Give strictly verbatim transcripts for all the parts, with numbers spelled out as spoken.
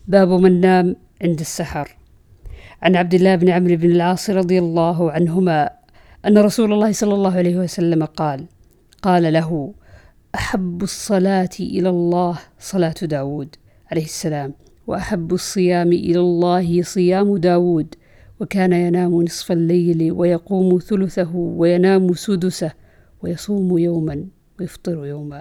باب من نام عند السحر. عن عبد الله بن عمرو بن العاص رضي الله عنهما أن رسول الله صلى الله عليه وسلم قال قال له: أحب الصلاة إلى الله صلاة داود عليه السلام، وأحب الصيام إلى الله صيام داود، وكان ينام نصف الليل ويقوم ثلثه وينام سدسه ويصوم يوما ويفطر يوما.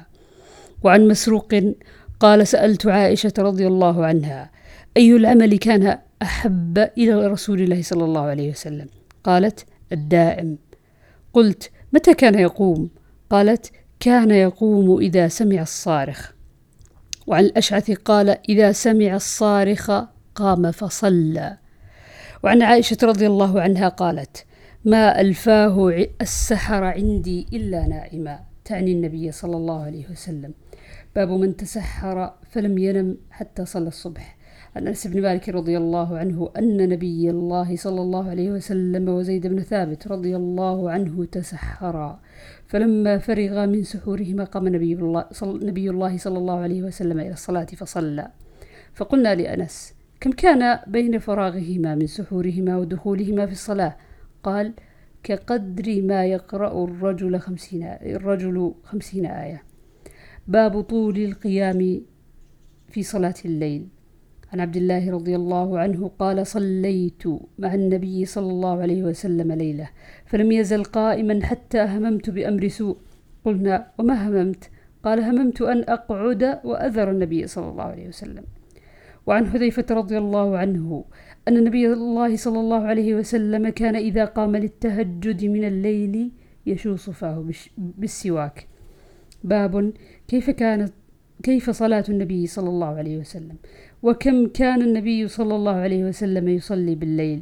وعن مسروق قال: سألت عائشة رضي الله عنها: أي العمل كان أحب إلى رسول الله صلى الله عليه وسلم؟ قالت: الدائم. قلت: متى كان يقوم؟ قالت: كان يقوم إذا سمع الصارخ. وعن الأشعث قال: إذا سمع الصارخ قام فصلى. وعن عائشة رضي الله عنها قالت: ما ألفاه السحر عندي إلا نائما، تعني النبي صلى الله عليه وسلم. باب من تسحر فلم ينم حتى صلى الصبح. عن أنس بن مالك رضي الله عنه أن نبي الله صلى الله عليه وسلم وزيد بن ثابت رضي الله عنه تسحرا، فلما فرغ من سحورهما قام نبي الله, صل... نبي الله صلى الله عليه وسلم إلى الصلاة فصلى. فقلنا لأنس: كم كان بين فراغهما من سحورهما ودخولهما في الصلاة؟ قال: كقدر ما يقرأ الرجل خمسين, الرجل خمسين آية. باب طول القيام في صلاة الليل. عن عبد الله رضي الله عنه قال: صليت مع النبي صلى الله عليه وسلم ليلة، فلم يزل قائما حتى هممت بأمر سوء. قلنا: وما هممت؟ قال: هممت أن أقعد وأذر النبي صلى الله عليه وسلم. وعن حذيفة رضي الله عنه أن النبي الله صلى الله عليه وسلم كان إذا قام للتهجد من الليل يشوص فاه بالسواك. باب كيف كانت كيف صلاة النبي صلى الله عليه وسلم، وكم كان النبي صلى الله عليه وسلم يصلي بالليل.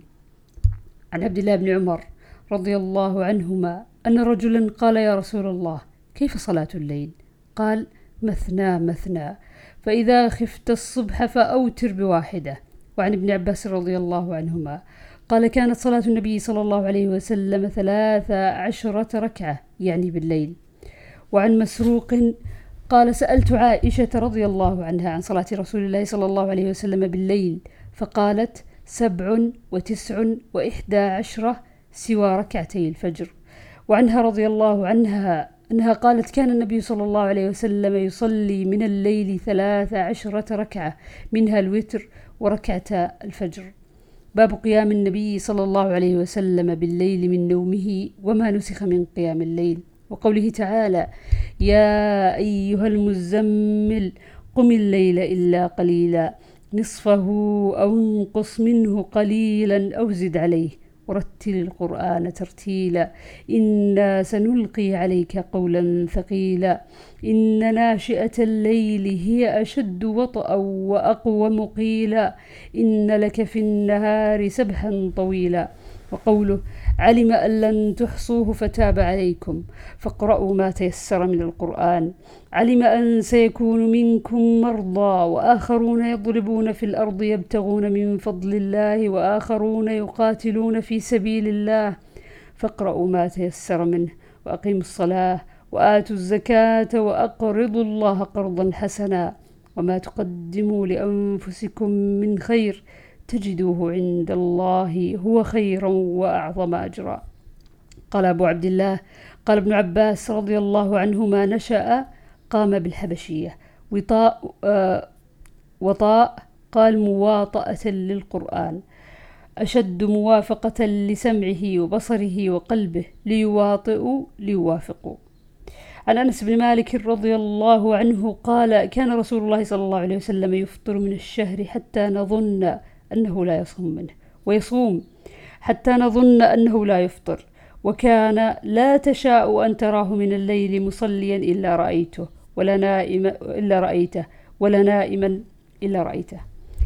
عن عبد الله بن عمر رضي الله عنهما أن رجلا قال: يا رسول الله، كيف صلاة الليل؟ قال: مثنى مثنى، فإذا خفت الصبح فأوتر بواحدة. وعن ابن عباس رضي الله عنهما قال: كانت صلاة النبي صلى الله عليه وسلم ثلاث عشرة ركعة، يعني بالليل. وعن مسروق قال: سألت عائشة رضي الله عنها عن صلاة رسول الله صلى الله عليه وسلم بالليل، فقالت: سبع وتسع وإحدى عشرة سوى ركعتي الفجر. وعنها رضي الله عنها أنها قالت: كان النبي صلى الله عليه وسلم يصلي من الليل ثلاث عشرة ركعة، منها الوتر وركعة الفجر. باب قيام النبي صلى الله عليه وسلم بالليل من نومه وما نسخ من قيام الليل، وقوله تعالى: يا أيها المزمل قم الليل إلا قليلا نصفه أو انقص منه قليلا أو زد عليه ورتل القرآن ترتيلا إنا سنلقي عليك قولا ثقيلا إن ناشئة الليل هي أشد وطئا وأقوم قيلا إن لك في النهار سبحا طويلا. وقوله: علم أن لن تحصوه فتاب عليكم فاقرأوا ما تيسر من القرآن علم أن سيكون منكم مرضى وآخرون يضربون في الأرض يبتغون من فضل الله وآخرون يقاتلون في سبيل الله فاقرأوا ما تيسر منه وأقيموا الصلاة وآتوا الزكاة وأقرضوا الله قرضا حسنا وما تقدموا لأنفسكم من خير تجدوه عند الله هو خيرا وأعظم أجرا. قال أبو عبد الله: قال ابن عباس رضي الله عنهما: نشأ قام بالحبشية. وطاء آه وطاء قال: مواطأة للقرآن، أشد موافقة لسمعه وبصره وقلبه، ليواطئوا ليوافقوا. عن أنس بن مالك رضي الله عنه قال: كان رسول الله صلى الله عليه وسلم يفطر من الشهر حتى نظن أنه لا يصوم منه، ويصوم حتى نظن أنه لا يفطر، وكان لا تشاء أن تراه من الليل مصليا إلا رأيته ولا نائما إلا رأيته ولا نائما إلا رأيته.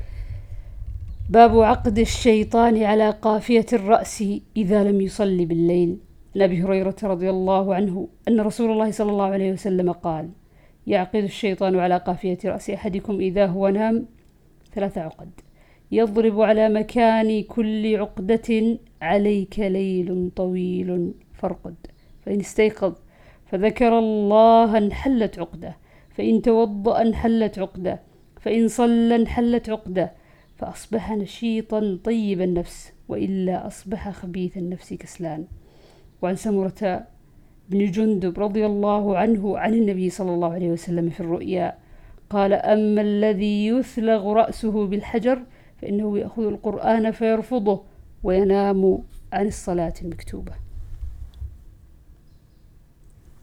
باب عقد الشيطان على قافية الرأس إذا لم يصلي بالليل. عن أبي هريرة رضي الله عنه أن رسول الله صلى الله عليه وسلم قال: يعقد الشيطان على قافية رأس أحدكم إذا هو نام ثلاث عقد، يضرب على مكان كل عقدة عليك ليل طويل فارقد، فإن استيقظ فذكر الله انحلت عقدة، فإن توضأ انحلت عقدة، فإن صلى انحلت عقدة، فأصبح نشيطا طيب النفس، وإلا أصبح خبيث النفس كسلان. وعن سمرة بن جندب رضي الله عنه عن النبي صلى الله عليه وسلم في الرؤيا قال: أما الذي يثلغ رأسه بالحجر فإنه يأخذ القرآن فيرفضه وينام عن الصلاة المكتوبة.